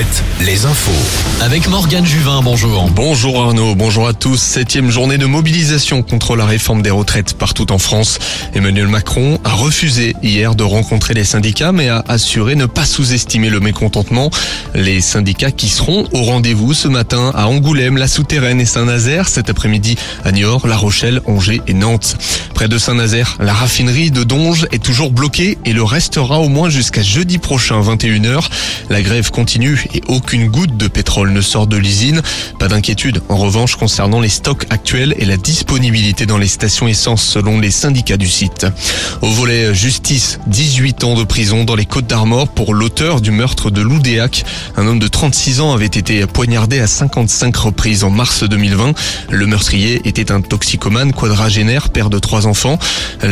suite, les infos. Avec Morgane Juvin, bonjour. Bonjour Arnaud, bonjour à tous. 7e journée de mobilisation contre la réforme des retraites partout en France. Emmanuel Macron a refusé hier de rencontrer les syndicats, mais a assuré ne pas sous-estimer le mécontentement. Les syndicats qui seront au rendez-vous ce matin à Angoulême, La Souterraine et Saint-Nazaire, cet après-midi à Niort, La Rochelle, Angers et Nantes. Près de Saint-Nazaire, la raffinerie de Donges est toujours bloquée et le restera au moins jusqu'à jeudi prochain, 21h. La grève continue et aucune goutte de pétrole ne sort de l'usine. Pas d'inquiétude, en revanche, concernant les stocks actuels et la disponibilité dans les stations essence selon les syndicats du site. Au volet justice, 18 ans de prison dans les Côtes-d'Armor pour l'auteur du meurtre de Loudéac. Un homme de 36 ans avait été poignardé à 55 reprises en mars 2020. Le meurtrier était un toxicomane quadragénaire, père de 3 enfants.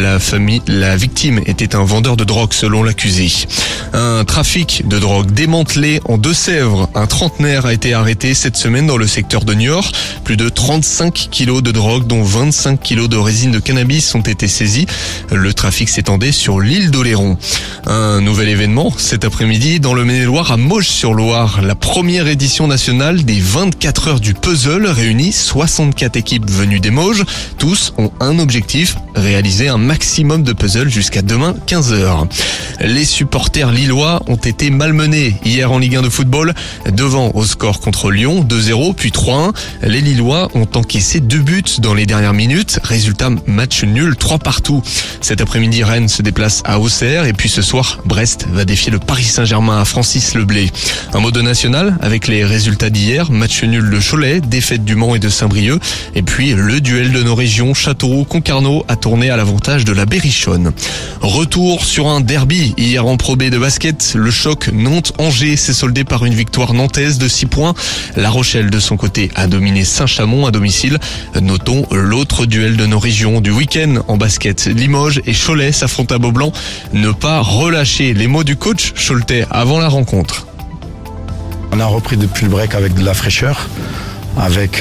La victime était un vendeur de drogue selon l'accusé. Un trafic de drogue démantelé en Deux-Sèvres. Un trentenaire a été arrêté cette semaine dans le secteur de Niort. Plus de 35 kilos de drogue, dont 25 kilos de résine de cannabis ont été saisis. Le trafic s'étendait sur l'île d'Oléron. Un nouvel événement cet après-midi dans le Maine-et-Loire à Mauges-sur-Loire. La première édition nationale des 24 heures du puzzle réunit 64 équipes venues des Mauges. Tous ont un objectif, réaliser un maximum de puzzles jusqu'à demain 15h. Les supporters lillois ont été malmenés hier en Ligue 1 de football. Devant au score contre Lyon, 2-0 puis 3-1. Les Lillois ont encaissé 2 buts dans les dernières minutes. Résultat, match nul, 3 partout. Cet après-midi, Rennes se déplace à Auxerre et puis ce soir, Brest va défier le Paris Saint-Germain à Francis-Leblay. Un mot de national avec les résultats d'hier. Match nul de Cholet, défaite du Mans et de Saint-Brieuc. Et puis le duel de nos régions, Châteauroux-Concarneau, a tourné à l'avantage de la Berrichonne. Retour sur un derby hier en Pro B de basket. Le choc Nantes-Angers s'est soldé par une victoire nantaise de 6 points. La Rochelle, de son côté, a dominé Saint-Chamond à domicile. Notons l'autre duel de nos régions du week-end en basket. Limoges et Cholet s'affrontent à Beaublanc. Ne pas relâcher, les mots du coach Choletais avant la rencontre. On a repris depuis le break avec de la fraîcheur, avec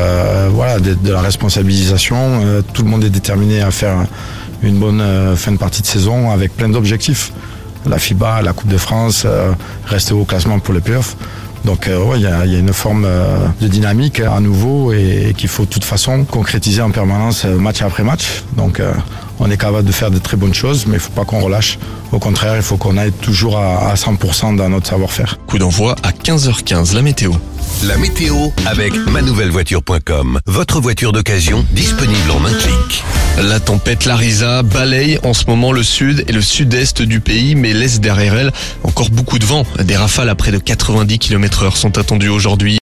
de la responsabilisation. Tout le monde est déterminé à faire une bonne fin de partie de saison avec plein d'objectifs. La FIBA, la Coupe de France, rester au classement pour les playoffs. Donc il y a une forme de dynamique à nouveau et qu'il faut de toute façon concrétiser en permanence match après match. Donc on est capable de faire de très bonnes choses, mais il ne faut pas qu'on relâche. Au contraire, il faut qu'on aille toujours à 100% dans notre savoir-faire. Coup d'envoi à 15h15, la météo. La météo avec manouvellevoiture.com. Votre voiture d'occasion disponible en un clic. La tempête Larisa balaye en ce moment le sud et le sud-est du pays, mais laisse derrière elle encore beaucoup de vent. Des rafales à près de 90 km/h sont attendues aujourd'hui.